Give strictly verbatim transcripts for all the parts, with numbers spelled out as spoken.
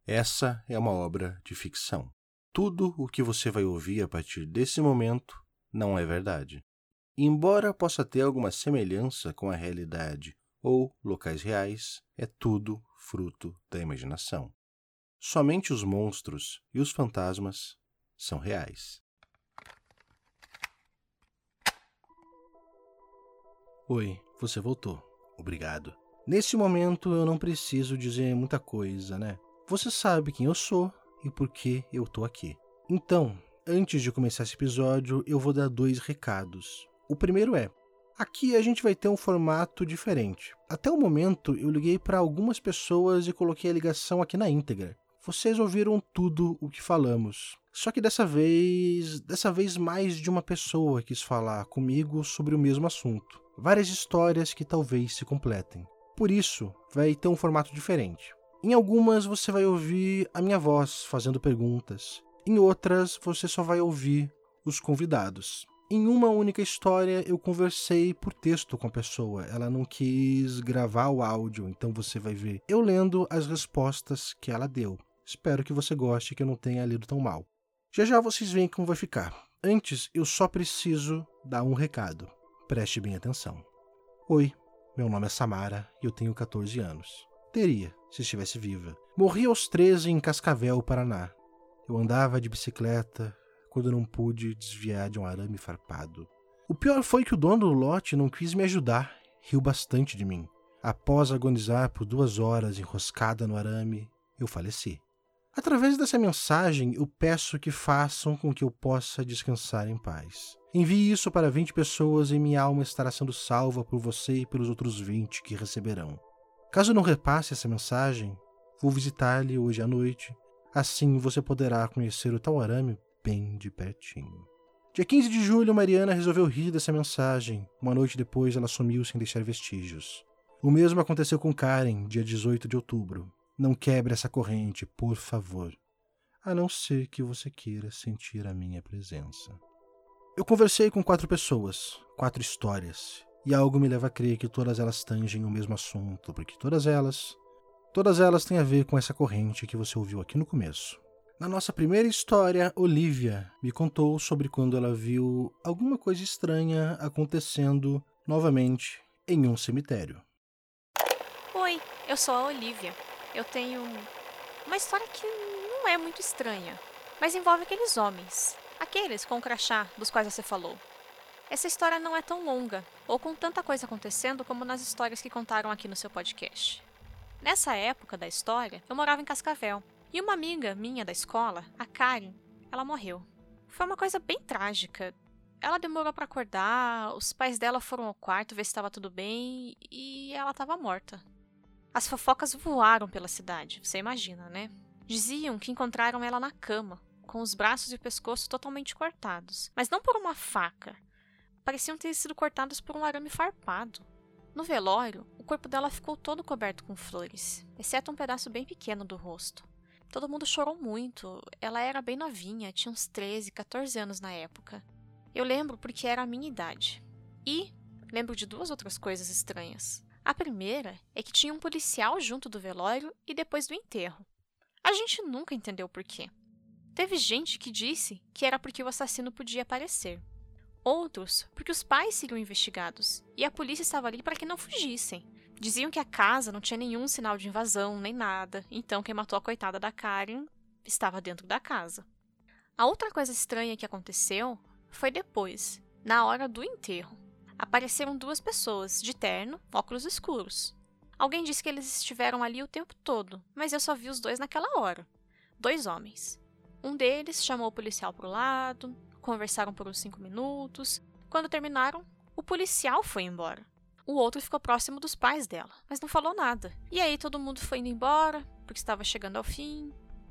Essa é uma obra de ficção. Tudo o que você vai ouvir a partir desse momento não é verdade. Embora possa ter alguma semelhança com a realidade ou locais reais, é tudo fruto da imaginação. Somente os monstros e os fantasmas são reais. Oi, você voltou. Obrigado. Nesse momento eu não preciso dizer muita coisa, né? Você sabe quem eu sou e por que eu tô aqui. Então, antes de começar esse episódio, eu vou dar dois recados. O primeiro é, aqui a gente vai ter um formato diferente. Até o momento eu liguei para algumas pessoas e coloquei a ligação aqui na íntegra. Vocês ouviram tudo o que falamos. Só que dessa vez, dessa vez mais de uma pessoa quis falar comigo sobre o mesmo assunto. Várias histórias que talvez se completem. Por isso, vai ter um formato diferente. Em algumas você vai ouvir a minha voz fazendo perguntas. Em outras você só vai ouvir os convidados. Em uma única história eu conversei por texto com a pessoa. Ela não quis gravar o áudio, então você vai ver eu lendo as respostas que ela deu. Espero que você goste, que eu não tenha lido tão mal. Já já vocês veem como vai ficar. Antes, eu só preciso dar um recado. Preste bem atenção. Oi, meu nome é Samara e eu tenho catorze anos. Teria, se estivesse viva. Morri aos treze em Cascavel, Paraná. Eu andava de bicicleta quando não pude desviar de um arame farpado. O pior foi que o dono do lote não quis me ajudar, riu bastante de mim. Após agonizar por duas horas enroscada no arame, eu faleci. Através dessa mensagem, eu peço que façam com que eu possa descansar em paz. Envie isso para vinte pessoas e minha alma estará sendo salva por você e pelos outros vinte que receberão. Caso não repasse essa mensagem, vou visitar-lhe hoje à noite. Assim você poderá conhecer o tal arame bem de pertinho. Dia quinze de julho, Mariana resolveu rir dessa mensagem. Uma noite depois, ela sumiu sem deixar vestígios. O mesmo aconteceu com Karen, dia dezoito de outubro. Não quebre essa corrente, por favor. A não ser que você queira sentir a minha presença. Eu conversei com quatro pessoas, quatro histórias. E algo me leva a crer que todas elas tangem o mesmo assunto, porque todas elas, todas elas têm a ver com essa corrente que você ouviu aqui no começo. Na nossa primeira história, Olivia me contou sobre quando ela viu alguma coisa estranha acontecendo novamente em um cemitério. Oi, eu sou a Olivia. Eu tenho uma história que não é muito estranha, mas envolve aqueles homens, aqueles com o crachá dos quais você falou. Essa história não é tão longa, ou com tanta coisa acontecendo como nas histórias que contaram aqui no seu podcast. Nessa época da história, eu morava em Cascavel, e uma amiga minha da escola, a Karen, ela morreu. Foi uma coisa bem trágica. Ela demorou para acordar, os pais dela foram ao quarto ver se estava tudo bem, e ela estava morta. As fofocas voaram pela cidade, você imagina, né? Diziam que encontraram ela na cama, com os braços e o pescoço totalmente cortados, mas não por uma faca. Pareciam ter sido cortados por um arame farpado. No velório, o corpo dela ficou todo coberto com flores, exceto um pedaço bem pequeno do rosto. Todo mundo chorou muito, ela era bem novinha, tinha uns treze, catorze anos na época. Eu lembro porque era a minha idade. E lembro de duas outras coisas estranhas. A primeira é que tinha um policial junto do velório e depois do enterro. A gente nunca entendeu por quê. Teve gente que disse que era porque o assassino podia aparecer. Outros, porque os pais seriam investigados, e a polícia estava ali para que não fugissem. Diziam que a casa não tinha nenhum sinal de invasão, nem nada, então quem matou a coitada da Karen estava dentro da casa. A outra coisa estranha que aconteceu foi depois, na hora do enterro. Apareceram duas pessoas, de terno, óculos escuros. Alguém disse que eles estiveram ali o tempo todo, mas eu só vi os dois naquela hora. Dois homens. Um deles chamou o policial para o lado, conversaram por uns cinco minutos. Quando terminaram, o policial foi embora. O outro ficou próximo dos pais dela, mas não falou nada. E aí todo mundo foi indo embora, porque estava chegando ao fim.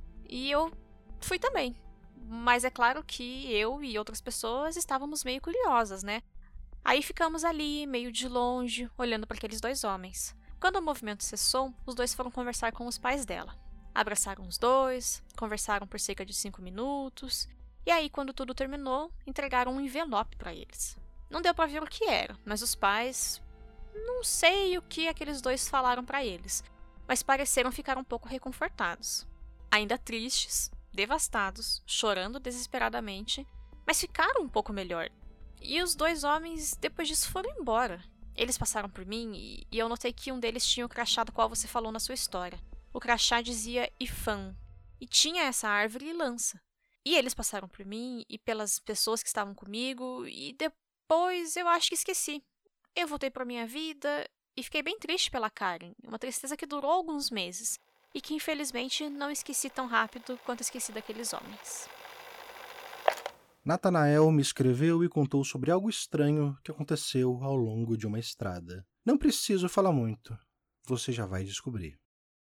E eu fui também. Mas é claro que eu e outras pessoas estávamos meio curiosas, né? Aí ficamos ali, meio de longe, olhando para aqueles dois homens. Quando o movimento cessou, os dois foram conversar com os pais dela. Abraçaram os dois, conversaram por cerca de cinco minutos. E aí, quando tudo terminou, entregaram um envelope para eles. Não deu para ver o que era, mas os pais... Não sei o que aqueles dois falaram para eles, mas pareceram ficar um pouco reconfortados. ainda tristes, devastados, chorando desesperadamente, mas ficaram um pouco melhor. E os dois homens, depois disso, foram embora. Eles passaram por mim e, e eu notei que um deles tinha o crachá do qual você falou na sua história. O crachá dizia Ifan, e tinha essa árvore e lança. E eles passaram por mim e pelas pessoas que estavam comigo, e depois eu acho que esqueci. Eu voltei para minha vida e fiquei bem triste pela Karen, uma tristeza que durou alguns meses, e que infelizmente não esqueci tão rápido quanto esqueci daqueles homens. Natanael me escreveu e contou sobre algo estranho que aconteceu ao longo de uma estrada. Não preciso falar muito, você já vai descobrir.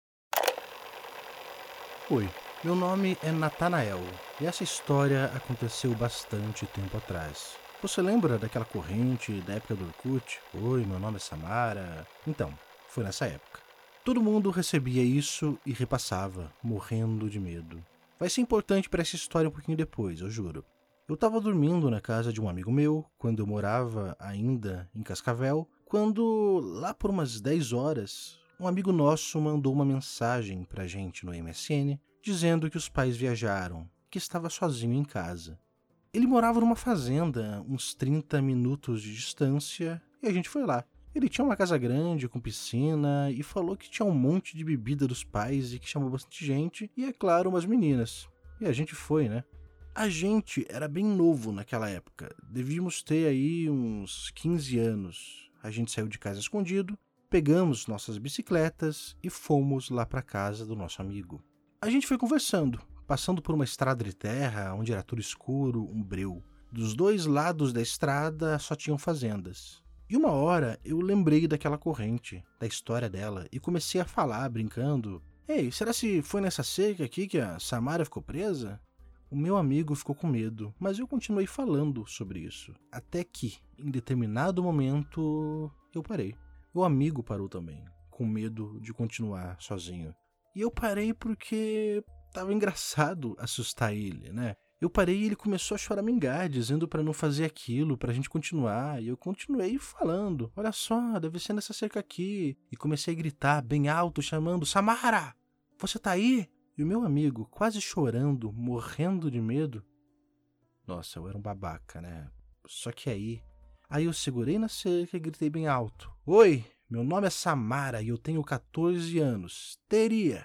Oi, meu nome é Natanael e essa história aconteceu bastante tempo atrás. Você lembra daquela corrente da época do Orkut? Oi, meu nome é Samara. Então, foi nessa época. Todo mundo recebia isso e repassava, morrendo de medo. Vai ser importante para essa história um pouquinho depois, eu juro. Eu estava dormindo na casa de um amigo meu, quando eu morava ainda em Cascavel, quando, lá por umas dez horas, um amigo nosso mandou uma mensagem pra gente no M S N, dizendo que os pais viajaram, que estava sozinho em casa. Ele morava numa fazenda, uns trinta minutos de distância, e a gente foi lá. Ele tinha uma casa grande, com piscina, e falou que tinha um monte de bebida dos pais e que chamou bastante gente, e é claro, umas meninas. E a gente foi, né? A gente era bem novo naquela época, devíamos ter aí uns quinze anos. A gente saiu de casa escondido, pegamos nossas bicicletas e fomos lá para casa do nosso amigo. A gente foi conversando, passando por uma estrada de terra onde era tudo escuro, um breu. Dos dois lados da estrada só tinham fazendas. E uma hora eu lembrei daquela corrente, da história dela, e comecei a falar, brincando: Ei, será se foi nessa seca aqui que a Samara ficou presa? O meu amigo ficou com medo, mas eu continuei falando sobre isso. Até que, em determinado momento, eu parei. O amigo parou também, com medo de continuar sozinho. E eu parei porque tava engraçado assustar ele, né? Eu parei e ele começou a choramingar, dizendo pra não fazer aquilo, pra gente continuar. E eu continuei falando: olha só, deve ser nessa cerca aqui. E comecei a gritar bem alto, chamando: Samara, você tá aí? E o meu amigo, quase chorando, morrendo de medo. Nossa, eu era um babaca, né? Só que aí... Aí eu segurei na cerca e gritei bem alto: Oi, meu nome é Samara e eu tenho quatorze anos. Teria!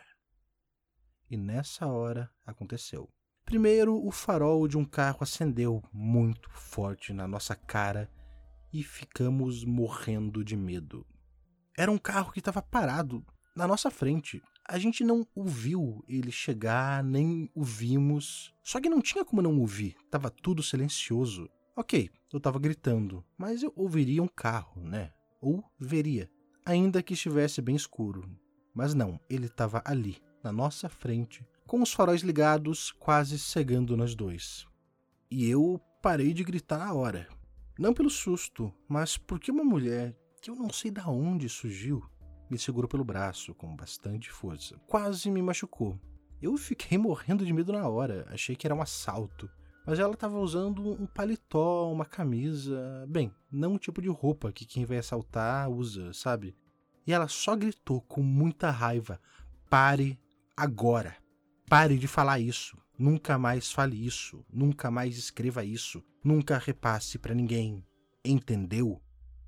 E nessa hora aconteceu. Primeiro, o farol de um carro acendeu muito forte na nossa cara e ficamos morrendo de medo. Era um carro que estava parado na nossa frente. A gente não ouviu ele chegar, nem o vimos. Só que não tinha como não ouvir, tava tudo silencioso. Ok, eu tava gritando, mas eu ouviria um carro, né? Ou veria, ainda que estivesse bem escuro. Mas não, ele tava ali, na nossa frente, com os faróis ligados, quase cegando nós dois. E eu parei de gritar na hora. Não pelo susto, mas porque uma mulher, que eu não sei de onde surgiu, me segurou pelo braço com bastante força. Quase me machucou. Eu fiquei morrendo de medo na hora, achei que era um assalto. Mas ela estava usando um paletó, uma camisa... Bem, não o tipo de roupa que quem vai assaltar usa, sabe? E ela só gritou com muita raiva: pare agora. Pare de falar isso. Nunca mais fale isso. Nunca mais escreva isso. Nunca repasse pra ninguém. Entendeu?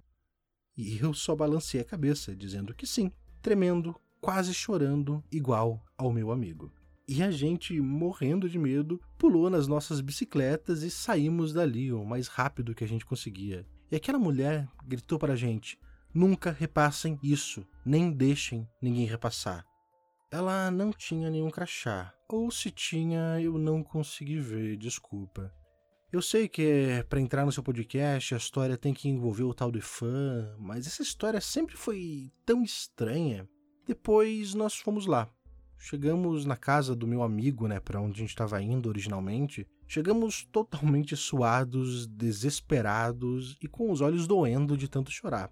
E eu só balancei a cabeça, dizendo que sim, tremendo, quase chorando, igual ao meu amigo. E a gente, morrendo de medo, pulou nas nossas bicicletas e saímos dali o mais rápido que a gente conseguia. E aquela mulher gritou para a gente: nunca repassem isso, nem deixem ninguém repassar. Ela não tinha nenhum crachá, ou se tinha, eu não consegui ver, desculpa. Eu sei que para entrar no seu podcast a história tem que envolver o tal de fã, mas essa história sempre foi tão estranha. Depois nós fomos lá. Chegamos na casa do meu amigo, né, para onde a gente estava indo originalmente. Chegamos totalmente suados, desesperados e com os olhos doendo de tanto chorar.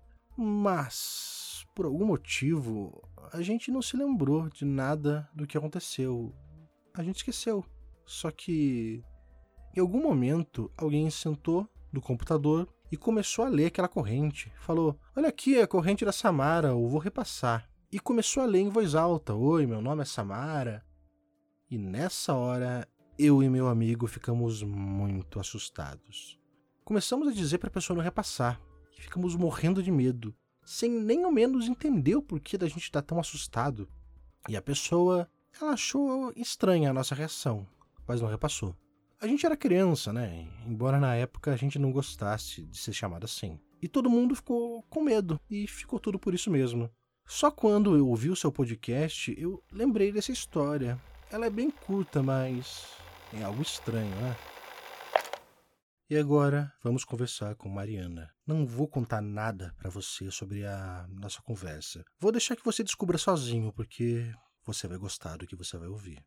Mas, por algum motivo, a gente não se lembrou de nada do que aconteceu. A gente esqueceu. Só que... em algum momento, alguém sentou no computador e começou a ler aquela corrente. Falou: olha aqui a corrente da Samara, eu vou repassar. E começou a ler em voz alta: oi, meu nome é Samara. E nessa hora, eu e meu amigo ficamos muito assustados. Começamos a dizer para a pessoa não repassar, e ficamos morrendo de medo, sem nem ao menos entender o porquê da gente estar tão assustado. E a pessoa, ela achou estranha a nossa reação, mas não repassou. A gente era criança, né? Embora na época a gente não gostasse de ser chamado assim. E todo mundo ficou com medo, e ficou tudo por isso mesmo. Só quando eu ouvi o seu podcast, eu lembrei dessa história. Ela é bem curta, mas é algo estranho, né? E agora vamos conversar com Mariana. Não vou contar nada pra você sobre a nossa conversa. Vou deixar que você descubra sozinho, porque você vai gostar do que você vai ouvir.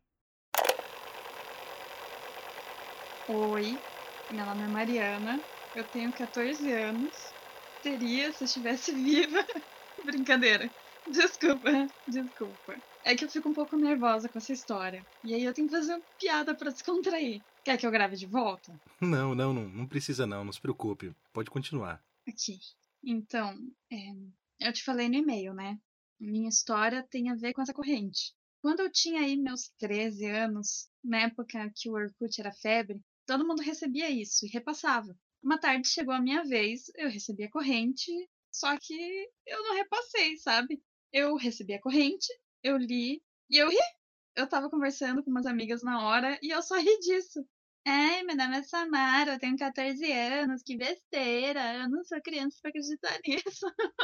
Oi, meu nome é Mariana, eu tenho catorze anos. Teria se eu estivesse viva. Brincadeira. Desculpa, desculpa. É que eu fico um pouco nervosa com essa história. E aí eu tenho que fazer uma piada pra descontrair. Quer que eu grave de volta? Não, não, não, não precisa não, não se preocupe. Pode continuar. Aqui. Então, é, eu te falei no e-mail, né? Minha história tem a ver com essa corrente. Quando eu tinha aí meus treze anos, na época que o Orkut era febre, todo mundo recebia isso e repassava. Uma tarde chegou a minha vez, eu recebi a corrente, só que eu não repassei, sabe? Eu recebi a corrente, eu li e eu ri. Eu tava conversando com umas amigas na hora e eu só ri disso. Ai, meu nome é Samara, eu tenho catorze anos, que besteira, eu não sou criança pra acreditar nisso.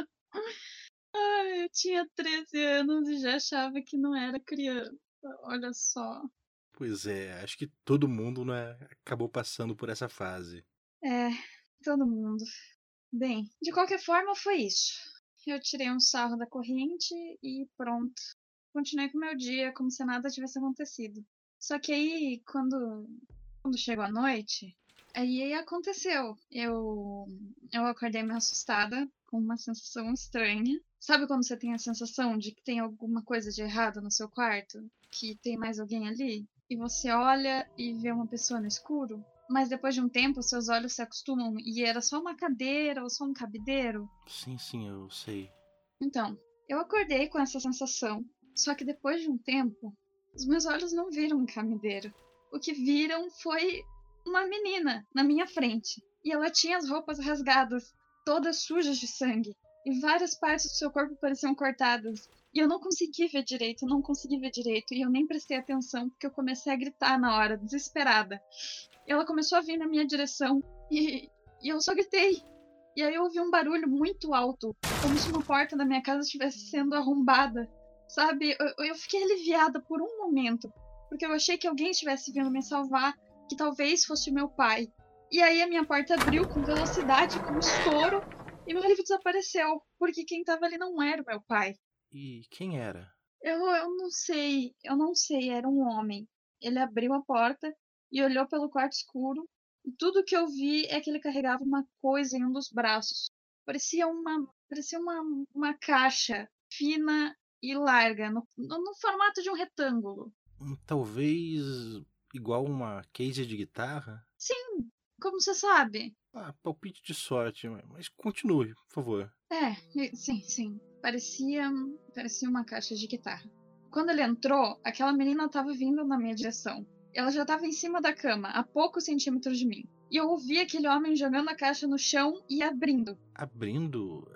Ai, eu tinha treze anos e já achava que não era criança, olha só. Pois é, acho que todo mundo, né, acabou passando por essa fase. É, todo mundo. Bem, de qualquer forma foi isso. Eu tirei um sarro da corrente e pronto. Continuei com o meu dia como se nada tivesse acontecido. Só que aí, quando, quando chegou a noite, aí aconteceu. Eu, eu acordei meio assustada, com uma sensação estranha. Sabe quando você tem a sensação de que tem alguma coisa de errado no seu quarto? Que tem mais alguém ali? E você olha e vê uma pessoa no escuro? Mas depois de um tempo, seus olhos se acostumam e era só uma cadeira ou só um cabideiro? Sim, sim, eu sei. Então, eu acordei com essa sensação, só que depois de um tempo, os meus olhos não viram um cabideiro. O que viram foi uma menina na minha frente. E ela tinha as roupas rasgadas, todas sujas de sangue, e várias partes do seu corpo pareciam cortadas. E eu não consegui ver direito, eu não consegui ver direito, e eu nem prestei atenção porque eu comecei a gritar na hora, desesperada. E ela começou a vir na minha direção, e, e eu só gritei. E aí eu ouvi um barulho muito alto, como se uma porta da minha casa estivesse sendo arrombada. Sabe? Eu, eu fiquei aliviada por um momento, porque eu achei que alguém estivesse vindo me salvar, que talvez fosse o meu pai. E aí a minha porta abriu com velocidade, com estouro, e meu livro desapareceu, porque quem estava ali não era o meu pai. E quem era? Eu, eu não sei, eu não sei, era um homem. Ele abriu a porta e olhou pelo quarto escuro, e tudo que eu vi é que ele carregava uma coisa em um dos braços. Parecia uma, parecia uma, uma caixa fina e larga, no, no, no formato de um retângulo. Hum, Talvez igual uma case de guitarra? Sim, como você sabe? Ah, palpite de sorte, mas continue, por favor. É, e- sim, sim. Parecia, parecia uma caixa de guitarra. Quando ele entrou, aquela menina estava vindo na minha direção. Ela já estava em cima da cama, a poucos centímetros de mim. E eu ouvi aquele homem jogando a caixa no chão e abrindo. Abrindo,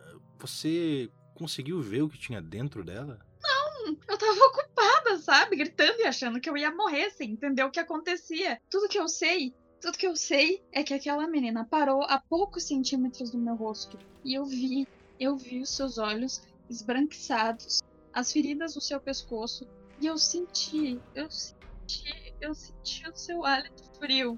você conseguiu ver o que tinha dentro dela? Hum, Eu tava ocupada, sabe? Gritando e achando que eu ia morrer sem entender o que acontecia. Tudo que eu sei, tudo que eu sei é que aquela menina parou a poucos centímetros do meu rosto. E eu vi, eu vi os seus olhos esbranquiçados, as feridas no seu pescoço. E eu senti, eu senti, eu senti o seu hálito frio.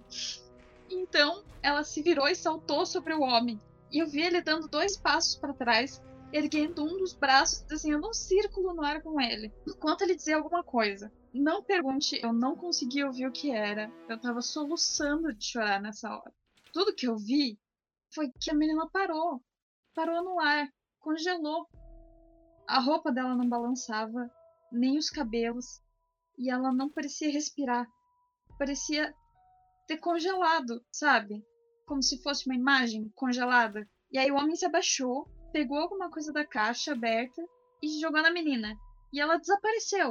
Então, ela se virou e saltou sobre o homem. E eu vi ele dando dois passos para trás, erguendo um dos braços, desenhando um círculo no ar com ele, enquanto ele dizia alguma coisa. Não pergunte, eu não consegui ouvir o que era. Eu tava soluçando de chorar nessa hora. Tudo que eu vi foi que a menina parou. Parou no ar, congelou. A roupa dela não balançava, nem os cabelos, e ela não parecia respirar. Parecia ter congelado, sabe? Como se fosse uma imagem congelada. E aí o homem se abaixou, pegou alguma coisa da caixa aberta e jogou na menina. E ela desapareceu.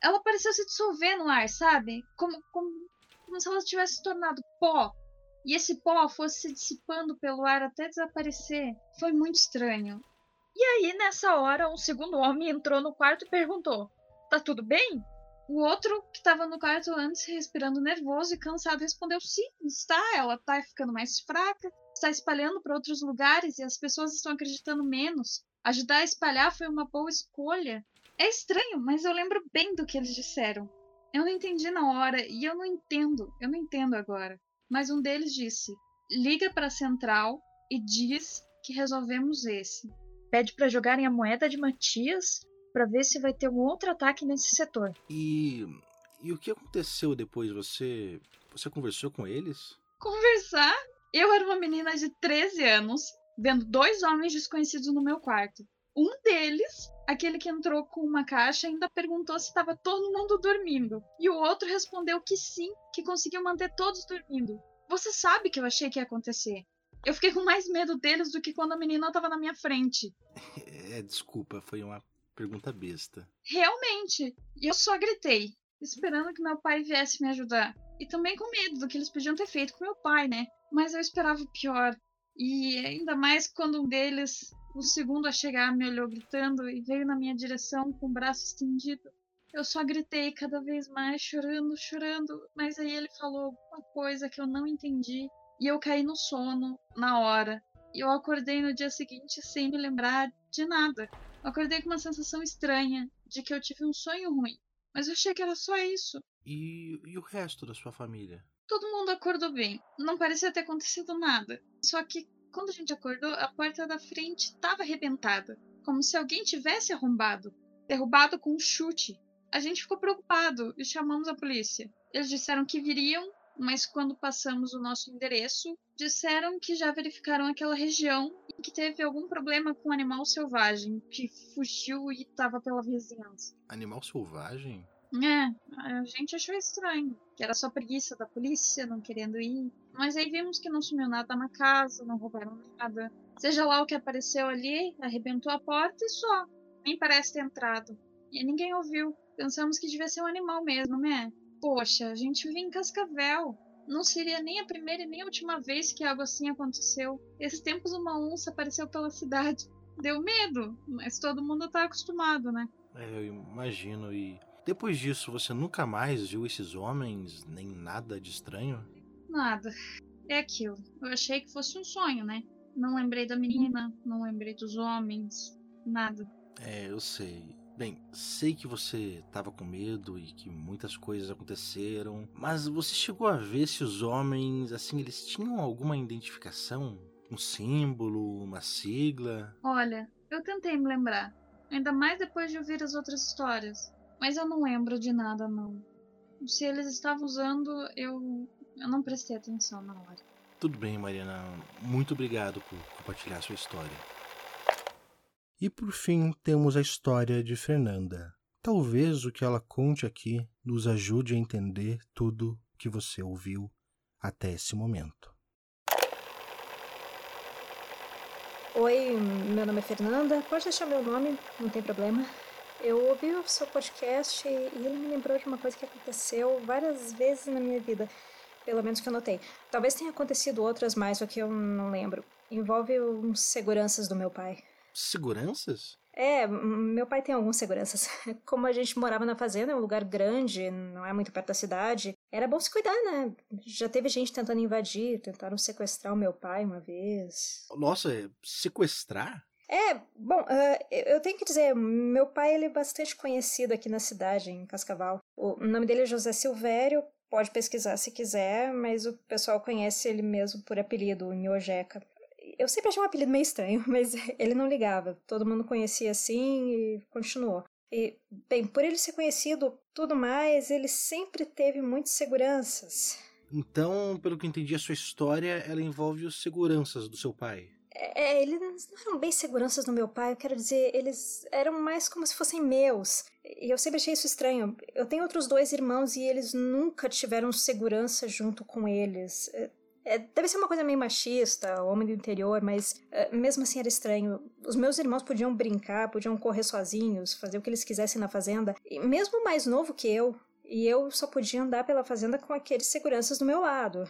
ela pareceu se dissolver no ar, sabe? Como, como, como se ela tivesse se tornado pó. E esse pó fosse se dissipando pelo ar até desaparecer. Foi muito estranho. E aí, nessa hora, um segundo homem entrou no quarto e perguntou: tá tudo bem? O outro, que estava no quarto antes, respirando nervoso e cansado, respondeu: sim, está. Ela está ficando mais fraca, está espalhando para outros lugares e as pessoas estão acreditando menos. Ajudar a espalhar foi uma boa escolha. É estranho, mas eu lembro bem do que eles disseram. Eu não entendi na hora e eu não entendo, eu não entendo agora. Mas um deles disse: liga para a central e diz que resolvemos esse. Pede para jogarem a moeda de Matias para ver se vai ter um outro ataque nesse setor. E, e o que aconteceu depois? Você, você conversou com eles? Conversar? Eu era uma menina de treze anos, vendo dois homens desconhecidos no meu quarto. Um deles, aquele que entrou com uma caixa, ainda perguntou se estava todo mundo dormindo. E o outro respondeu que sim, que conseguiu manter todos dormindo. Você sabe que eu achei que ia acontecer. Eu fiquei com mais medo deles do que quando a menina estava na minha frente. É, desculpa, foi uma pergunta besta. Realmente. E eu só gritei, esperando que meu pai viesse me ajudar. E também com medo do que eles podiam ter feito com meu pai, né? Mas eu esperava o pior. E ainda mais quando um deles, o segundo a chegar, me olhou gritando e veio na minha direção com o braço estendido. Eu só gritei cada vez mais, chorando, chorando. Mas aí ele falou alguma coisa que eu não entendi. E eu caí no sono na hora. E eu acordei no dia seguinte sem me lembrar de nada. Eu acordei com uma sensação estranha de que eu tive um sonho ruim. Mas eu achei que era só isso. E, e o resto da sua família? Todo mundo acordou bem. Não parecia ter acontecido nada. Só que quando a gente acordou, a porta da frente estava arrebentada. Como se alguém tivesse arrombado. Derrubado com um chute. A gente ficou preocupado e chamamos a polícia. Eles disseram que viriam, mas quando passamos o nosso endereço, disseram que já verificaram aquela região e que teve algum problema com um animal selvagem que fugiu e estava pela vizinhança. Animal selvagem? É, a gente achou estranho, que era só preguiça da polícia, não querendo ir. Mas aí vimos que não sumiu nada na casa, não roubaram nada. Seja lá o que apareceu ali, arrebentou a porta e só. Nem parece ter entrado. E ninguém ouviu. Pensamos que devia ser um animal mesmo, né? Poxa, a gente vive em Cascavel. Não seria nem a primeira e nem a última vez que algo assim aconteceu. Esses tempos uma onça apareceu pela cidade. Deu medo, mas todo mundo tá acostumado, né? É, eu imagino. E depois disso, você nunca mais viu esses homens, nem nada de estranho? Nada. É aquilo. Eu achei que fosse um sonho, né? Não lembrei da menina, não lembrei dos homens, nada. É, eu sei. Bem, sei que você tava com medo e que muitas coisas aconteceram, mas você chegou a ver se os homens, assim, eles tinham alguma identificação? Um símbolo, uma sigla? Olha, eu tentei me lembrar, ainda mais depois de ouvir as outras histórias, mas eu não lembro de nada, não. Se eles estavam usando, eu, eu não prestei atenção na hora. Tudo bem, Mariana. Muito obrigado por compartilhar sua história. E por fim, temos a história de Fernanda. Talvez o que ela conte aqui nos ajude a entender tudo que você ouviu até esse momento. Oi, meu nome é Fernanda. Pode deixar meu nome, não tem problema. Eu ouvi o seu podcast e ele me lembrou de uma coisa que aconteceu várias vezes na minha vida. Pelo menos que eu notei. Talvez tenha acontecido outras mais, só que eu não lembro. Envolve uns seguranças do meu pai. Seguranças? É, meu pai tem alguns seguranças. Como a gente morava na fazenda, é um lugar grande, não é muito perto da cidade, era bom se cuidar, né? Já teve gente tentando invadir, tentaram sequestrar o meu pai uma vez. Nossa, é sequestrar? É, bom, uh, eu tenho que dizer, meu pai ele é bastante conhecido aqui na cidade, em Cascavel. O nome dele é José Silvério, pode pesquisar se quiser, mas o pessoal conhece ele mesmo por apelido, Nhojeca. Eu sempre achei um apelido meio estranho, mas ele não ligava. Todo mundo conhecia assim e continuou. E, bem, por ele ser conhecido tudo mais, ele sempre teve muitas seguranças. Então, pelo que eu entendi, a sua história, ela envolve os seguranças do seu pai. É, eles não eram bem seguranças do meu pai, eu quero dizer, eles eram mais como se fossem meus. E eu sempre achei isso estranho. Eu tenho outros dois irmãos e eles nunca tiveram segurança junto com eles. É, deve ser uma coisa meio machista, homem do interior, mas uh, mesmo assim era estranho. Os meus irmãos podiam brincar, podiam correr sozinhos, fazer o que eles quisessem na fazenda, e mesmo mais novo que eu, e eu só podia andar pela fazenda com aqueles seguranças do meu lado.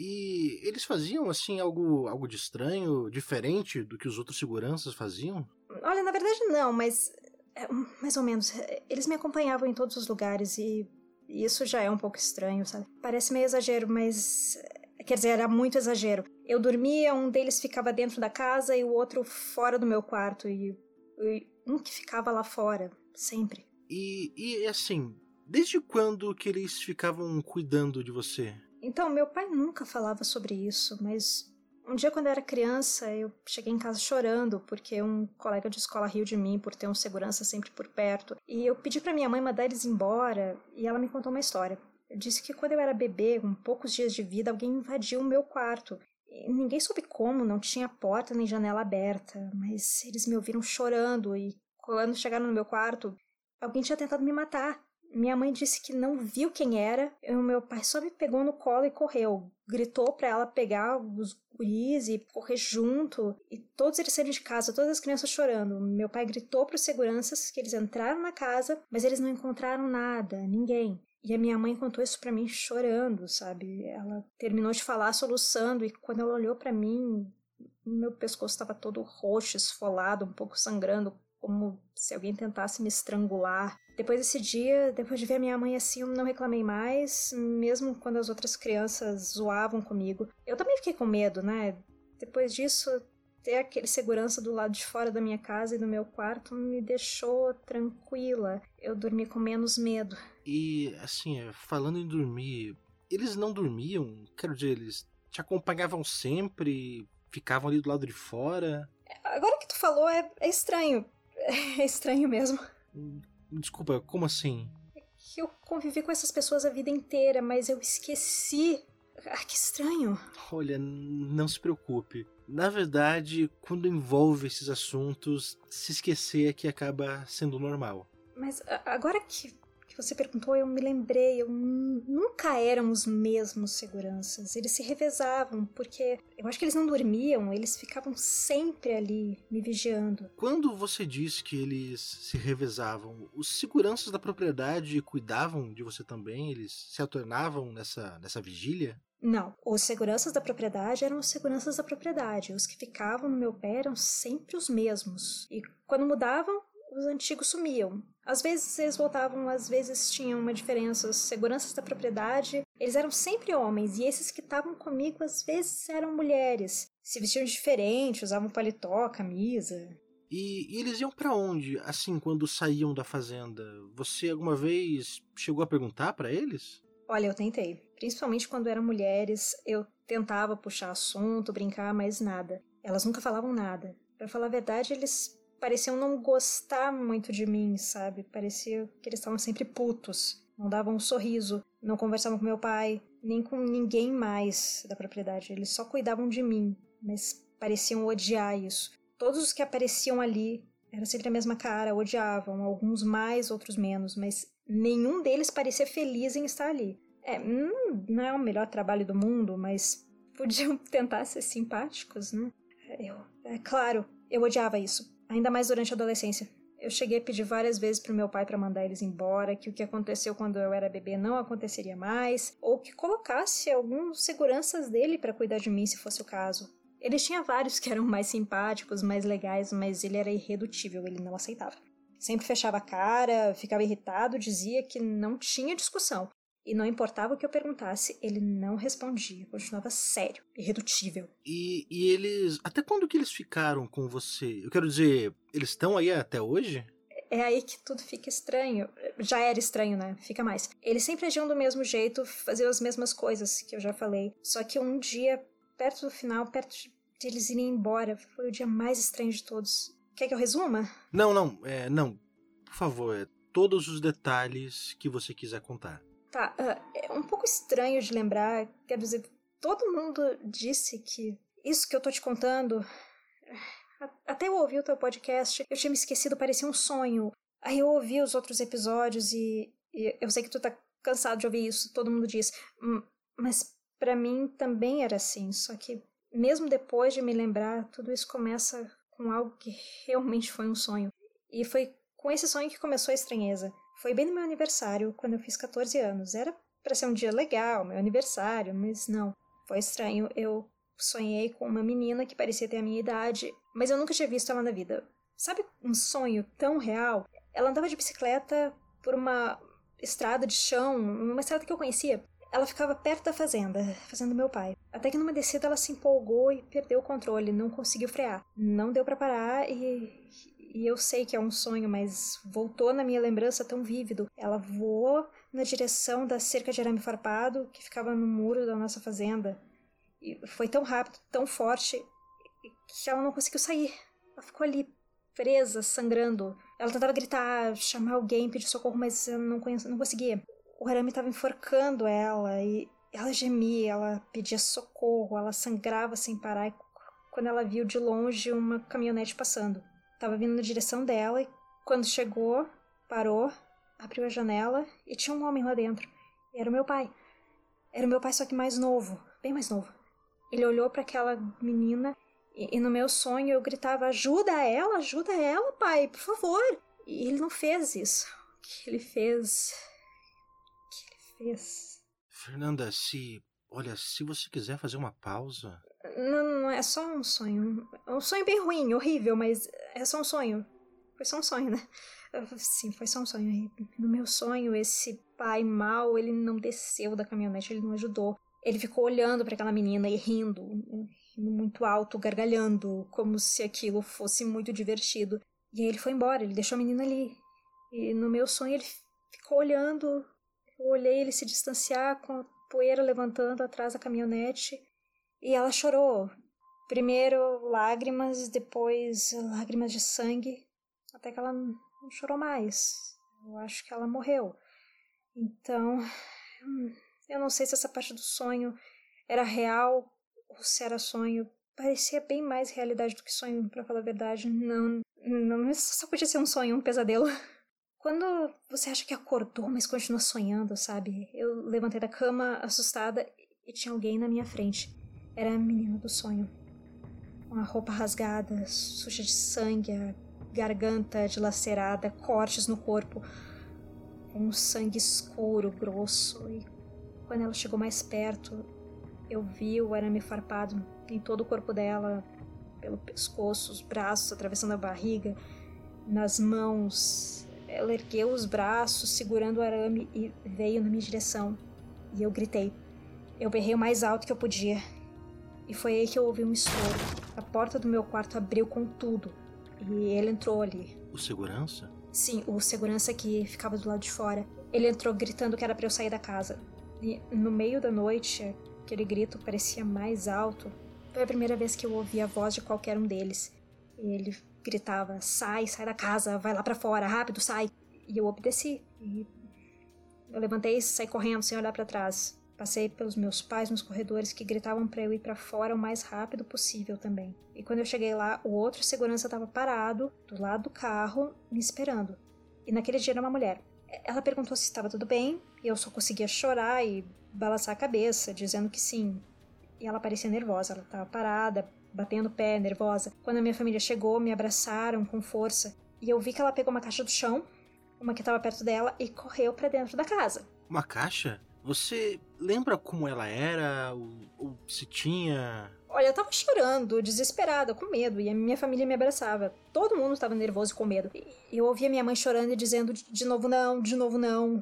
E eles faziam, assim, algo, algo de estranho, diferente do que os outros seguranças faziam? Olha, na verdade não, mas... É, mais ou menos. Eles me acompanhavam em todos os lugares e... e isso já é um pouco estranho, sabe? Parece meio exagero, mas... Quer dizer, era muito exagero. Eu dormia, um deles ficava dentro da casa e o outro fora do meu quarto. E, e um que ficava lá fora, sempre. E, e assim, desde quando que eles ficavam cuidando de você? Então, meu pai nunca falava sobre isso, mas um dia quando eu era criança, eu cheguei em casa chorando porque um colega de escola riu de mim por ter um segurança sempre por perto. E eu pedi pra minha mãe mandar eles embora e ela me contou uma história. Eu disse que quando eu era bebê, com poucos dias de vida, alguém invadiu o meu quarto. E ninguém soube como, não tinha porta nem janela aberta, mas eles me ouviram chorando e quando chegaram no meu quarto, alguém tinha tentado me matar. Minha mãe disse que não viu quem era, e o meu pai só me pegou no colo e correu. Gritou pra ela pegar os guris e correr junto, e todos eles saíram de casa, todas as crianças chorando. Meu pai gritou pros seguranças que eles entraram na casa, mas eles não encontraram nada, ninguém. E a minha mãe contou isso pra mim chorando, sabe? Ela terminou de falar soluçando e quando ela olhou pra mim, meu pescoço estava todo roxo, esfolado, um pouco sangrando, como se alguém tentasse me estrangular. Depois desse dia, depois de ver a minha mãe assim, eu não reclamei mais, mesmo quando as outras crianças zoavam comigo. Eu também fiquei com medo, né? Depois disso, ter aquele segurança do lado de fora da minha casa e do meu quarto me deixou tranquila. Eu dormi com menos medo. E, assim, falando em dormir, eles não dormiam? Quero dizer, eles te acompanhavam sempre, ficavam ali do lado de fora? Agora que tu falou, é, é estranho. É estranho mesmo. Desculpa, como assim? É que eu convivi com essas pessoas a vida inteira, mas eu esqueci. Ah, que estranho. Olha, não se preocupe. Na verdade, quando envolve esses assuntos, se esquecer é que acaba sendo normal. Mas agora que, que você perguntou, eu me lembrei, eu nunca eram os mesmos seguranças. Eles se revezavam, porque eu acho que eles não dormiam, eles ficavam sempre ali, me vigiando. Quando você diz que eles se revezavam, os seguranças da propriedade cuidavam de você também? Eles se alternavam nessa, nessa vigília? Não, os seguranças da propriedade eram os seguranças da propriedade. Os que ficavam no meu pé eram sempre os mesmos. E quando mudavam, os antigos sumiam. Às vezes eles voltavam, às vezes tinham uma diferença. Os seguranças da propriedade, eles eram sempre homens. E esses que estavam comigo, às vezes eram mulheres. Se vestiam diferente, usavam paletó, camisa. E, e eles iam pra onde, assim, quando saíam da fazenda? Você alguma vez chegou a perguntar pra eles? Olha, eu tentei. Principalmente quando eram mulheres, eu tentava puxar assunto, brincar, mas nada. Elas nunca falavam nada. Pra falar a verdade, eles pareciam não gostar muito de mim, sabe? Parecia que eles estavam sempre putos. Não davam um sorriso, não conversavam com meu pai, nem com ninguém mais da propriedade. Eles só cuidavam de mim, mas pareciam odiar isso. Todos os que apareciam ali, era sempre a mesma cara, odiavam. Alguns mais, outros menos, mas nenhum deles parecia feliz em estar ali. É, não é o melhor trabalho do mundo, mas podiam tentar ser simpáticos, né? Eu, é claro, eu odiava isso, ainda mais durante a adolescência. Eu cheguei a pedir várias vezes pro meu pai para mandar eles embora, que o que aconteceu quando eu era bebê não aconteceria mais, ou que colocasse alguns seguranças dele para cuidar de mim se fosse o caso. Ele tinha vários que eram mais simpáticos, mais legais, mas ele era irredutível, ele não aceitava. Sempre fechava a cara, ficava irritado, dizia que não tinha discussão. E não importava o que eu perguntasse, ele não respondia, continuava sério, irredutível. E, e eles... Até quando que eles ficaram com você? Eu quero dizer, eles estão aí até hoje? É aí que tudo fica estranho. Já era estranho, né? Fica mais. Eles sempre agiam do mesmo jeito, faziam as mesmas coisas que eu já falei. Só que um dia, perto do final, perto de eles irem embora, foi o dia mais estranho de todos. Quer que eu resuma? Não, não, é, não. Por favor, é, todos os detalhes que você quiser contar. Tá, uh, é um pouco estranho de lembrar, quero dizer, todo mundo disse que isso que eu tô te contando, até eu ouvi o teu podcast, eu tinha me esquecido, parecia um sonho. Aí eu ouvi os outros episódios e, e eu sei que tu tá cansado de ouvir isso, todo mundo diz, mas pra mim também era assim, só que mesmo depois de me lembrar, tudo isso começa com algo que realmente foi um sonho. E foi com esse sonho que começou a estranheza. Foi bem no meu aniversário, quando eu fiz catorze anos. Era pra ser um dia legal, meu aniversário, mas não. Foi estranho. Eu sonhei com uma menina que parecia ter a minha idade, mas eu nunca tinha visto ela na vida. Sabe um sonho tão real? Ela andava de bicicleta por uma estrada de chão, uma estrada que eu conhecia. Ela ficava perto da fazenda, fazenda do meu pai. Até que numa descida ela se empolgou e perdeu o controle, não conseguiu frear. Não deu pra parar e... E eu sei que é um sonho, mas voltou na minha lembrança tão vívido. Ela voou na direção da cerca de arame farpado que ficava no muro da nossa fazenda. E foi tão rápido, tão forte, que ela não conseguiu sair. Ela ficou ali, presa, sangrando. Ela tentava gritar, chamar alguém, pedir socorro, mas eu não, conhecia, não conseguia. O arame estava enforcando ela e ela gemia, ela pedia socorro, ela sangrava sem parar. E quando ela viu de longe uma caminhonete passando. Tava vindo na direção dela e quando chegou, parou, abriu a janela e tinha um homem lá dentro. E era o meu pai. Era o meu pai, só que mais novo, bem mais novo. Ele olhou para aquela menina e, e no meu sonho eu gritava: ajuda ela, ajuda ela, pai, por favor. E ele não fez isso. O que ele fez... O que ele fez... Fernanda, se... Olha, se você quiser fazer uma pausa... Não, não, é só um sonho. É um sonho bem ruim, horrível, mas é só um sonho. Foi só um sonho, né? Sim, foi só um sonho. E no meu sonho, esse pai mau, ele não desceu da caminhonete, ele não ajudou. Ele ficou olhando para aquela menina e rindo, rindo muito alto, gargalhando, como se aquilo fosse muito divertido. E aí ele foi embora, ele deixou a menina ali. E no meu sonho, ele ficou olhando. Eu olhei ele se distanciar com a poeira levantando atrás da caminhonete. E ela chorou. Primeiro lágrimas, depois lágrimas de sangue, até que ela não chorou mais. Eu acho que ela morreu. Então, eu não sei se essa parte do sonho era real ou se era sonho. Parecia bem mais realidade do que sonho, pra falar a verdade. Não, não, só podia ser um sonho, um pesadelo. Quando você acha que acordou, mas continua sonhando, sabe? Eu levantei da cama, assustada, e tinha alguém na minha frente. Era a menina do sonho. Com a roupa rasgada, suja de sangue, a garganta dilacerada, cortes no corpo, com um sangue escuro, grosso. E quando ela chegou mais perto, eu vi o arame farpado em todo o corpo dela, pelo pescoço, os braços atravessando a barriga, nas mãos. Ela ergueu os braços, segurando o arame e veio na minha direção. E eu gritei. Eu berrei o mais alto que eu podia. E foi aí que eu ouvi um estouro. A porta do meu quarto abriu com tudo. E ele entrou ali. O segurança? Sim, o segurança que ficava do lado de fora. Ele entrou gritando que era pra eu sair da casa. E no meio da noite, aquele grito parecia mais alto. Foi a primeira vez que eu ouvi a voz de qualquer um deles. E ele gritava: sai, sai da casa, vai lá pra fora, rápido, sai. E eu obedeci. E eu levantei e saí correndo sem olhar pra trás. Passei pelos meus pais nos corredores que gritavam pra eu ir pra fora o mais rápido possível também. E quando eu cheguei lá, o outro segurança estava parado, do lado do carro, me esperando. E naquele dia era uma mulher. Ela perguntou se estava tudo bem, e eu só conseguia chorar e balançar a cabeça, dizendo que sim. E ela parecia nervosa, ela estava parada, batendo o pé, nervosa. Quando a minha família chegou, me abraçaram com força. E eu vi que ela pegou uma caixa do chão, uma que estava perto dela, e correu pra dentro da casa. Uma caixa? Você lembra como ela era? Ou, ou se tinha... Olha, eu tava chorando, desesperada, com medo, e a minha família me abraçava. Todo mundo estava nervoso e com medo. E eu ouvia minha mãe chorando e dizendo de novo não, de novo não.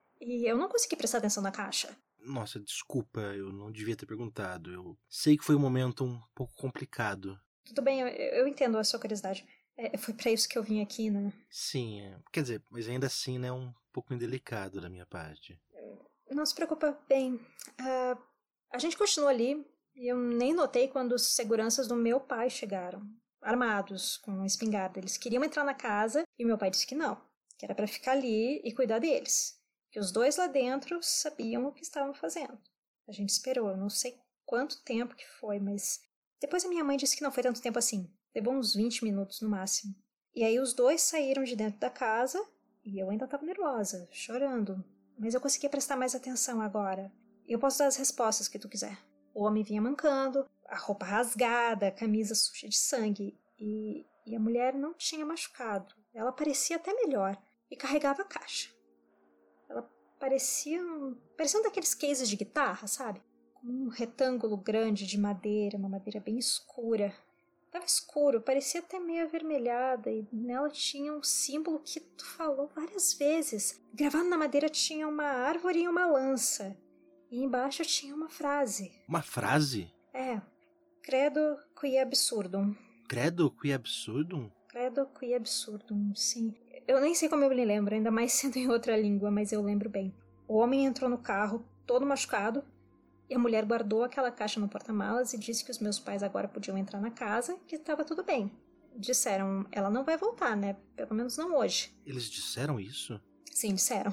E eu não consegui prestar atenção na caixa. Nossa, desculpa, eu não devia ter perguntado. Eu sei que foi um momento um pouco complicado. Tudo bem, eu, eu entendo a sua curiosidade. É, foi pra isso que eu vim aqui, né? Sim, é. Quer dizer, mas ainda assim, né, um pouco indelicado da minha parte. Não se preocupa, bem. Uh, a gente continuou ali e eu nem notei quando os seguranças do meu pai chegaram, armados, com uma espingarda. Eles queriam entrar na casa e meu pai disse que não, que era pra ficar ali e cuidar deles. Que os dois lá dentro sabiam o que estavam fazendo. A gente esperou, eu não sei quanto tempo que foi, mas depois a minha mãe disse que não foi tanto tempo assim. Levou uns vinte minutos no máximo. E aí os dois saíram de dentro da casa e eu ainda estava nervosa, chorando. Mas eu conseguia prestar mais atenção agora. Eu posso dar as respostas que tu quiser. O homem vinha mancando, a roupa rasgada, a camisa suja de sangue. E, e a mulher não tinha machucado. Ela parecia até melhor. E carregava a caixa. Ela parecia um, parecia um daqueles cases de guitarra, sabe? Com um retângulo grande de madeira, uma madeira bem escura. Tava escuro, parecia até meio avermelhada, e nela tinha um símbolo que tu falou várias vezes. Gravado na madeira tinha uma árvore e uma lança. E embaixo tinha uma frase. Uma frase? É. Credo qui absurdum. Credo qui absurdum? Credo qui absurdum, sim. Eu nem sei como eu me lembro, ainda mais sendo em outra língua, mas eu lembro bem. O homem entrou no carro, todo machucado, e a mulher guardou aquela caixa no porta-malas e disse que os meus pais agora podiam entrar na casa e que estava tudo bem. Disseram, ela não vai voltar, né? Pelo menos não hoje. Eles disseram isso? Sim, disseram.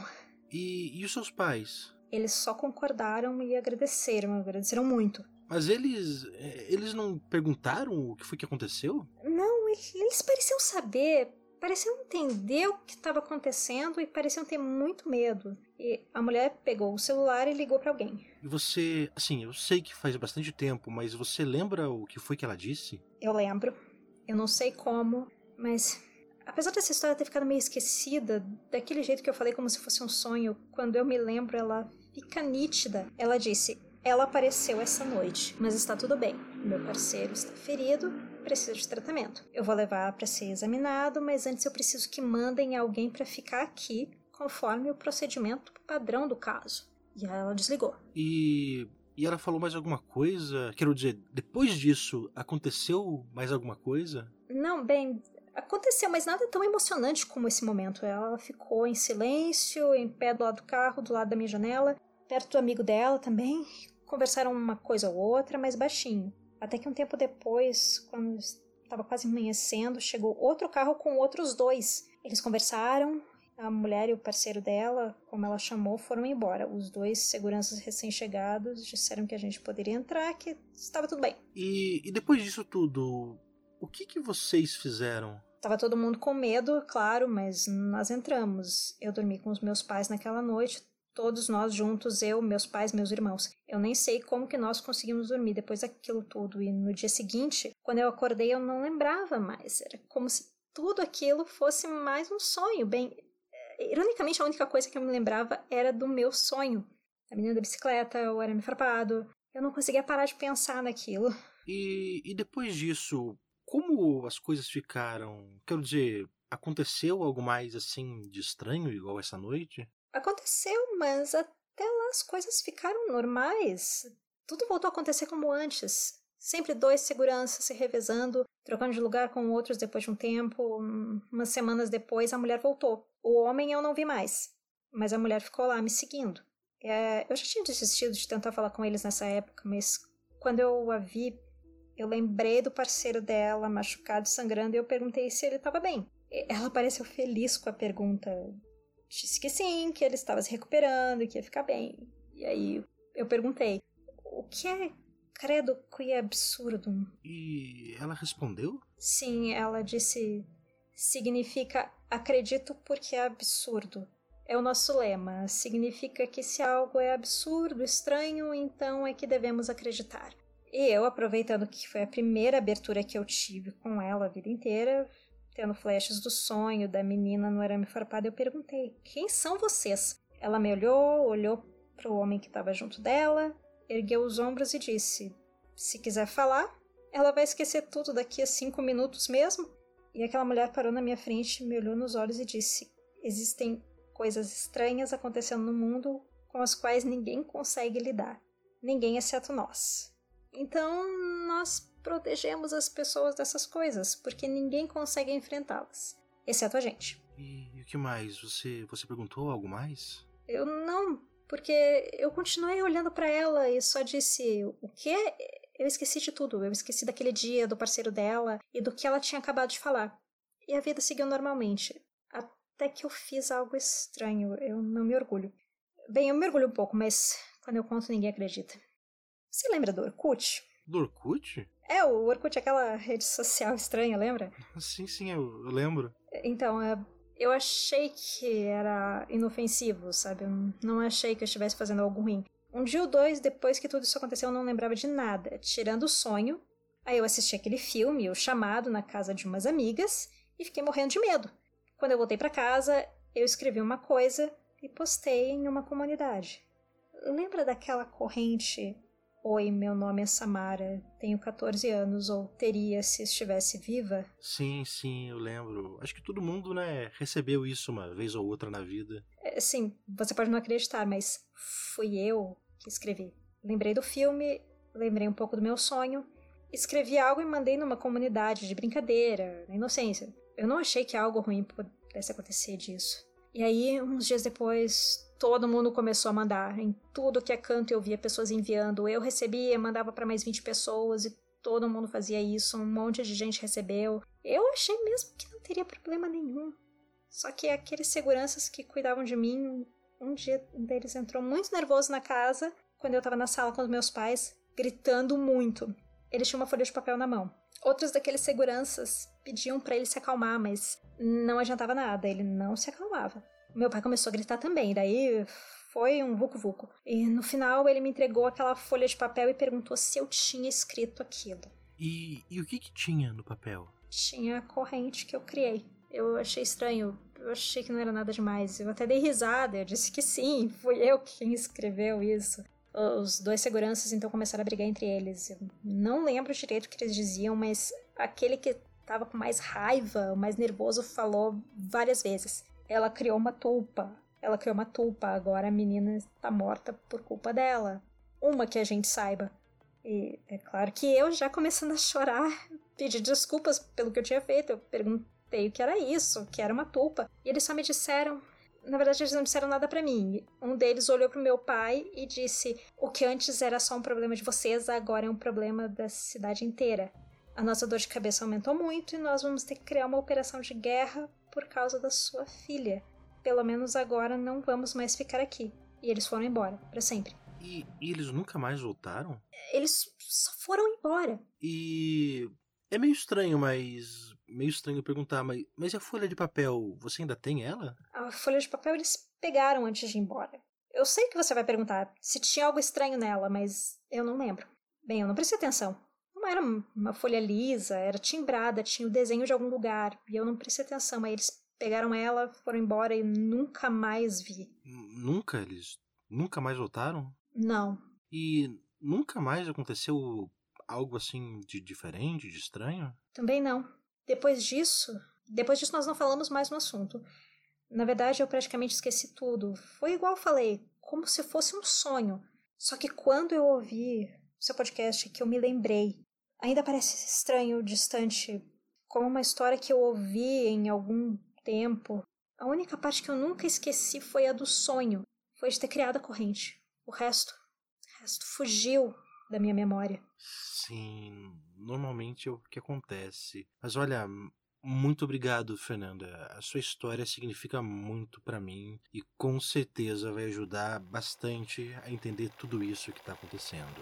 E, e os seus pais? Eles só concordaram e agradeceram, agradeceram muito. Mas eles, eles não perguntaram o que foi que aconteceu? Não, eles pareciam saber, pareciam entender o que estava acontecendo e pareciam ter muito medo. E a mulher pegou o celular e ligou para alguém. E você, assim, eu sei que faz bastante tempo, mas você lembra o que foi que ela disse? Eu lembro. Eu não sei como, mas apesar dessa história ter ficado meio esquecida, daquele jeito que eu falei como se fosse um sonho, quando eu me lembro ela fica nítida. Ela disse, ela apareceu essa noite, mas está tudo bem. Meu parceiro está ferido, precisa de tratamento. Eu vou levar para ser examinado, mas antes eu preciso que mandem alguém para ficar aqui, conforme o procedimento padrão do caso. E aí ela desligou. E... E ela falou mais alguma coisa? Quero dizer, depois disso, aconteceu mais alguma coisa? Não, bem, aconteceu, mas nada tão emocionante como esse momento. Ela ficou em silêncio, em pé do lado do carro, do lado da minha janela, perto do amigo dela também. Conversaram uma coisa ou outra, mas baixinho. Até que um tempo depois, quando estava quase amanhecendo, chegou outro carro com outros dois. Eles conversaram. A mulher e o parceiro dela, como ela chamou, foram embora. Os dois seguranças recém-chegados disseram que a gente poderia entrar, que estava tudo bem. E, e depois disso tudo, o que, que vocês fizeram? Tava todo mundo com medo, claro, mas nós entramos. Eu dormi com os meus pais naquela noite, todos nós juntos, eu, meus pais, meus irmãos. Eu nem sei como que nós conseguimos dormir depois daquilo tudo. E no dia seguinte, quando eu acordei, eu não lembrava mais. Era como se tudo aquilo fosse mais um sonho, bem... Ironicamente, a única coisa que eu me lembrava era do meu sonho. A menina da bicicleta, o arame farpado. Eu não conseguia parar de pensar naquilo. E, e depois disso, como as coisas ficaram? Quero dizer, aconteceu algo mais assim de estranho, igual essa noite? Aconteceu, mas até lá as coisas ficaram normais. Tudo voltou a acontecer como antes. Sempre dois seguranças se revezando, trocando de lugar com outros depois de um tempo. Umas semanas depois, a mulher voltou. O homem eu não vi mais, mas a mulher ficou lá me seguindo. É, eu já tinha desistido de tentar falar com eles nessa época, mas quando eu a vi, eu lembrei do parceiro dela, machucado e sangrando, e eu perguntei se ele estava bem. Ela pareceu feliz com a pergunta. Disse que sim, que ele estava se recuperando e que ia ficar bem. E aí eu perguntei, o que é credo qui absurdum? E ela respondeu? Sim, ela disse... Significa acredito porque é absurdo. É o nosso lema. Significa que se algo é absurdo, estranho, então é que devemos acreditar. E eu, aproveitando que foi a primeira abertura que eu tive com ela a vida inteira, tendo flashes do sonho da menina no arame farpado, eu perguntei, quem são vocês? Ela me olhou, olhou para o homem que estava junto dela, ergueu os ombros e disse, se quiser falar, ela vai esquecer tudo daqui a cinco minutos mesmo. E aquela mulher parou na minha frente, me olhou nos olhos e disse, existem coisas estranhas acontecendo no mundo com as quais ninguém consegue lidar. Ninguém exceto nós. Então, nós protegemos as pessoas dessas coisas, porque ninguém consegue enfrentá-las, exceto a gente. E, e o que mais? Você, você perguntou algo mais? Eu não, porque eu continuei olhando para ela e só disse, o quê? Eu esqueci de tudo, eu esqueci daquele dia, do parceiro dela e do que ela tinha acabado de falar. E a vida seguiu normalmente, até que eu fiz algo estranho, eu não me orgulho. Bem, eu me orgulho um pouco, mas quando eu conto ninguém acredita. Você lembra do Orkut? Do Orkut? É, o Orkut é aquela rede social estranha, lembra? Sim, sim, eu, eu lembro. Então, eu achei que era inofensivo, sabe? Eu não achei que eu estivesse fazendo algo ruim. Um dia ou dois depois que tudo isso aconteceu, eu não lembrava de nada, tirando o sonho. Aí eu assisti aquele filme, O Chamado, na casa de umas amigas, e fiquei morrendo de medo. Quando eu voltei pra casa, eu escrevi uma coisa e postei em uma comunidade. Lembra daquela corrente... Oi, meu nome é Samara, tenho catorze anos, ou teria se estivesse viva? Sim, sim, eu lembro. Acho que todo mundo, né, recebeu isso uma vez ou outra na vida. É, sim, você pode não acreditar, mas fui eu que escrevi. Lembrei do filme, lembrei um pouco do meu sonho, escrevi algo e mandei numa comunidade de brincadeira, na inocência. Eu não achei que algo ruim pudesse acontecer disso. E aí, uns dias depois... Todo mundo começou a mandar. Em tudo que é canto eu via pessoas enviando. Eu recebia, mandava para mais vinte pessoas e todo mundo fazia isso. Um monte de gente recebeu. Eu achei mesmo que não teria problema nenhum. Só que aqueles seguranças que cuidavam de mim, um dia um deles entrou muito nervoso na casa, quando eu tava na sala com os meus pais, gritando muito. Eles tinham uma folha de papel na mão. Outros daqueles seguranças pediam para ele se acalmar, mas não adiantava nada. Ele não se acalmava. Meu pai começou a gritar também, daí foi um vucu-vucu. E no final ele me entregou aquela folha de papel e perguntou se eu tinha escrito aquilo. E, e o que que tinha no papel? Tinha a corrente que eu criei. Eu achei estranho, eu achei que não era nada demais. Eu até dei risada, eu disse que sim, fui eu quem escreveu isso. Os dois seguranças então começaram a brigar entre eles. Eu não lembro direito o que eles diziam, mas aquele que estava com mais raiva, o mais nervoso, falou várias vezes. Ela criou uma tulpa. Ela criou uma tulpa. Agora a menina está morta por culpa dela. Uma que a gente saiba. E é claro que eu, já começando a chorar, pedi desculpas pelo que eu tinha feito. Eu perguntei o que era isso, que era uma tulpa. E eles só me disseram... Na verdade, eles não disseram nada pra mim. Um deles olhou pro meu pai e disse: o que antes era só um problema de vocês, agora é um problema da cidade inteira. A nossa dor de cabeça aumentou muito e nós vamos ter que criar uma operação de guerra por causa da sua filha. Pelo menos agora não vamos mais ficar aqui. E eles foram embora, pra sempre. E, e eles nunca mais voltaram? Eles só foram embora. E... é meio estranho, mas... Meio estranho perguntar, mas, mas e a folha de papel? Você ainda tem ela? A folha de papel eles pegaram antes de ir embora. Eu sei que você vai perguntar se tinha algo estranho nela, mas eu não lembro. Bem, eu não prestei atenção. Não era uma folha lisa, era timbrada, tinha o desenho de algum lugar. E eu não prestei atenção, mas eles pegaram ela, foram embora e nunca mais vi. Nunca? Eles nunca mais voltaram? Não. E nunca mais aconteceu algo assim de diferente, de estranho? Também não. Depois disso, depois disso nós não falamos mais no assunto. Na verdade, eu praticamente esqueci tudo. Foi igual eu falei, como se fosse um sonho. Só que quando eu ouvi o seu podcast, que eu me lembrei, ainda parece estranho, distante, como uma história que eu ouvi em algum tempo. A única parte que eu nunca esqueci foi a do sonho. Foi de ter criado a corrente. O resto, o resto fugiu da minha memória. Sim, normalmente é o que acontece. Mas olha, muito obrigado, Fernanda. A sua história significa muito pra mim e com certeza vai ajudar bastante a entender tudo isso que tá acontecendo.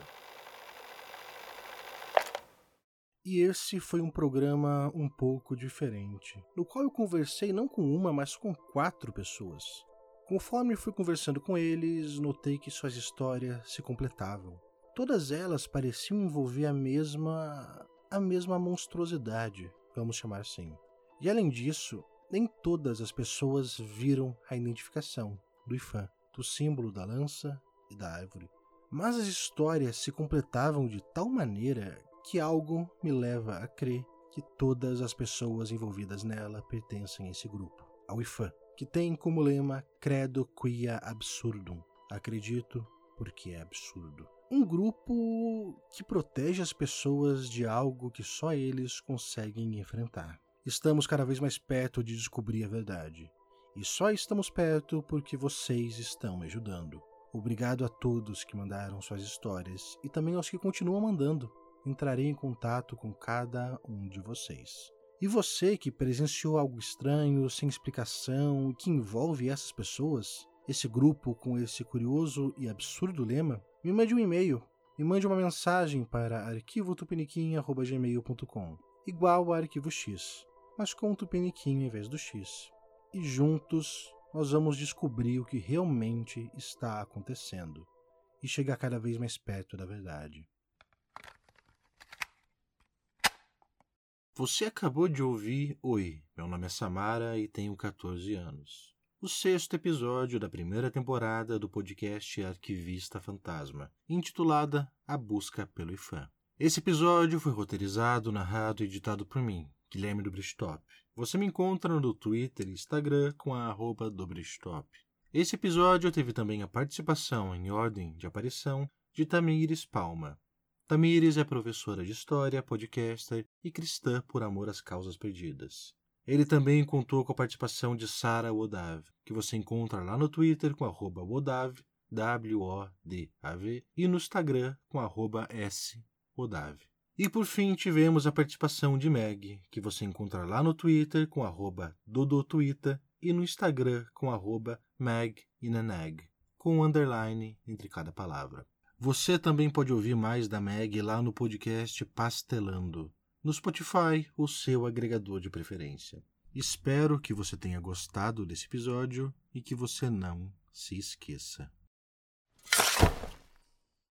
E esse foi um programa um pouco diferente, no qual eu conversei não com uma, mas com quatro pessoas. Conforme fui conversando com eles, notei que suas histórias se completavam. Todas elas pareciam envolver a mesma... a mesma monstruosidade, vamos chamar assim. E além disso, nem todas as pessoas viram a identificação do Ifan, do símbolo da lança e da árvore. Mas as histórias se completavam de tal maneira que algo me leva a crer que todas as pessoas envolvidas nela pertencem a esse grupo, ao Ifan, que tem como lema Credo Quia Absurdum, acredito porque é absurdo. Um grupo que protege as pessoas de algo que só eles conseguem enfrentar. Estamos cada vez mais perto de descobrir a verdade. E só estamos perto porque vocês estão me ajudando. Obrigado a todos que mandaram suas histórias e também aos que continuam mandando. Entrarei em contato com cada um de vocês. E você que presenciou algo estranho, sem explicação, que envolve essas pessoas, esse grupo com esse curioso e absurdo lema, me mande um e-mail, me mande uma mensagem para arquivo tupiniquim arroba gmail ponto com, igual a Arquivo X, mas com o Tupiniquim em vez do X. E juntos nós vamos descobrir o que realmente está acontecendo. e chegar cada vez mais perto da verdade. Você acabou de ouvir Oi, meu nome é Samara e tenho quatorze anos. O sexto episódio da primeira temporada do podcast Arquivista Fantasma, intitulada A Busca pelo Ifan. Esse episódio foi roteirizado, narrado e editado por mim, Guilherme Dobrestop. Você me encontra no Twitter e Instagram com a arroba Dobrestop. Esse episódio teve também a participação em ordem de aparição de Tamires Palma. Tamires é professora de História, podcaster e cristã por amor às causas perdidas. Ele também contou com a participação de Sara Wodav, que você encontra lá no Twitter com arroba Wodav, W O D A V, e no Instagram com arroba S Wodav. E por fim tivemos a participação de Meg, que você encontra lá no Twitter com arroba Dodotwita e no Instagram com arroba Meginaneg, com um underline entre cada palavra. Você também pode ouvir mais da Meg lá no podcast Pastelando, no Spotify, o seu agregador de preferência. Espero que você tenha gostado desse episódio e que você não se esqueça.